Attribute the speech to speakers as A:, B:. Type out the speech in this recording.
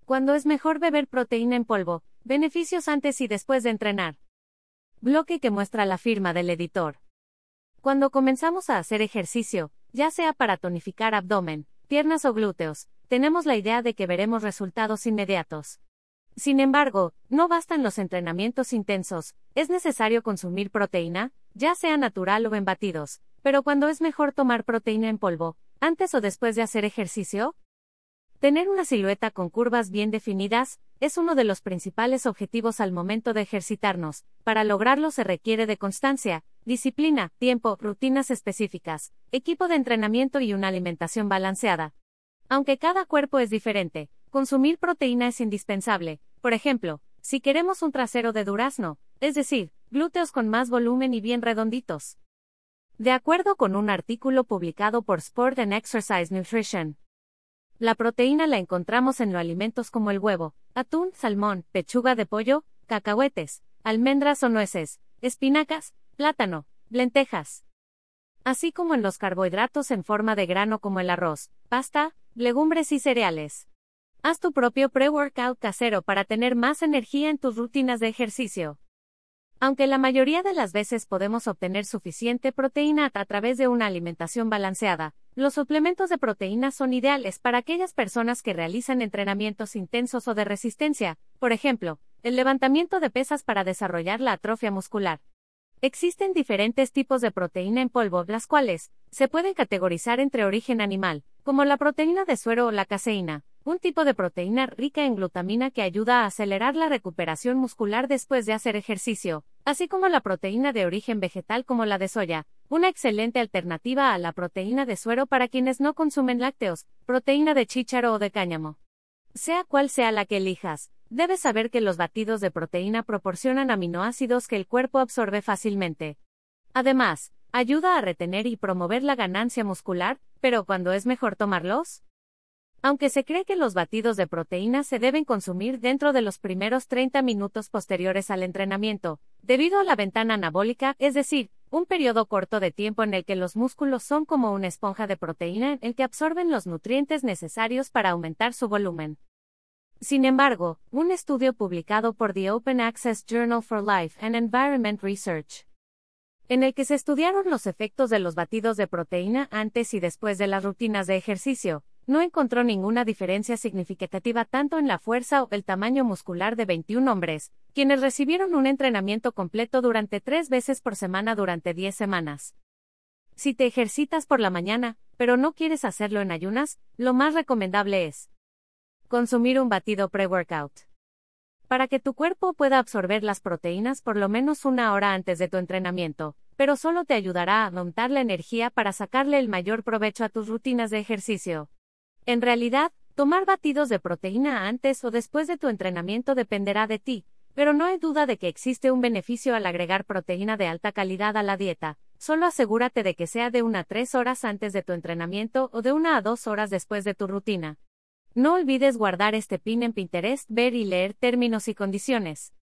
A: Cuando es mejor beber proteína en polvo, beneficios antes y después de entrenar. Bloque que muestra la firma del editor. Cuando comenzamos a hacer ejercicio, ya sea para tonificar abdomen, piernas o glúteos, tenemos la idea de que veremos resultados inmediatos. Sin embargo, no bastan los entrenamientos intensos, es necesario consumir proteína, ya sea natural o en batidos, pero ¿cuándo es mejor tomar proteína en polvo, antes o después de hacer ejercicio? Tener una silueta con curvas bien definidas es uno de los principales objetivos al momento de ejercitarnos. Para lograrlo se requiere de constancia, disciplina, tiempo, rutinas específicas, equipo de entrenamiento y una alimentación balanceada. Aunque cada cuerpo es diferente, consumir proteína es indispensable. Por ejemplo, si queremos un trasero de durazno, es decir, glúteos con más volumen y bien redonditos. De acuerdo con un artículo publicado por Sport and Exercise Nutrition, la proteína la encontramos en los alimentos como el huevo, atún, salmón, pechuga de pollo, cacahuetes, almendras o nueces, espinacas, plátano, lentejas. Así como en los carbohidratos en forma de grano como el arroz, pasta, legumbres y cereales. Haz tu propio pre-workout casero para tener más energía en tus rutinas de ejercicio. Aunque la mayoría de las veces podemos obtener suficiente proteína a través de una alimentación balanceada, los suplementos de proteína son ideales para aquellas personas que realizan entrenamientos intensos o de resistencia, por ejemplo, el levantamiento de pesas para desarrollar la atrofia muscular. Existen diferentes tipos de proteína en polvo, las cuales se pueden categorizar entre origen animal, como la proteína de suero o la caseína, un tipo de proteína rica en glutamina que ayuda a acelerar la recuperación muscular después de hacer ejercicio, así como la proteína de origen vegetal como la de soya, una excelente alternativa a la proteína de suero para quienes no consumen lácteos, proteína de chícharo o de cáñamo. Sea cual sea la que elijas, debes saber que los batidos de proteína proporcionan aminoácidos que el cuerpo absorbe fácilmente. Además, ayuda a retener y promover la ganancia muscular, pero ¿cuándo es mejor tomarlos? Aunque se cree que los batidos de proteína se deben consumir dentro de los primeros 30 minutos posteriores al entrenamiento, debido a la ventana anabólica, es decir, un periodo corto de tiempo en el que los músculos son como una esponja de proteína en el que absorben los nutrientes necesarios para aumentar su volumen. Sin embargo, un estudio publicado por The Open Access Journal for Life and Environment Research, en el que se estudiaron los efectos de los batidos de proteína antes y después de las rutinas de ejercicio, no encontró ninguna diferencia significativa tanto en la fuerza o el tamaño muscular de 21 hombres, quienes recibieron un entrenamiento completo durante 3 veces por semana durante 10 semanas. Si te ejercitas por la mañana, pero no quieres hacerlo en ayunas, lo más recomendable es consumir un batido pre-workout. Para que tu cuerpo pueda absorber las proteínas por lo menos 1 hora antes de tu entrenamiento, pero solo te ayudará a aumentar la energía para sacarle el mayor provecho a tus rutinas de ejercicio. En realidad, tomar batidos de proteína antes o después de tu entrenamiento dependerá de ti, pero no hay duda de que existe un beneficio al agregar proteína de alta calidad a la dieta. Solo asegúrate de que sea de 1 a 3 horas antes de tu entrenamiento o de 1 a 2 horas después de tu rutina. No olvides guardar este pin en Pinterest, ver y leer términos y condiciones.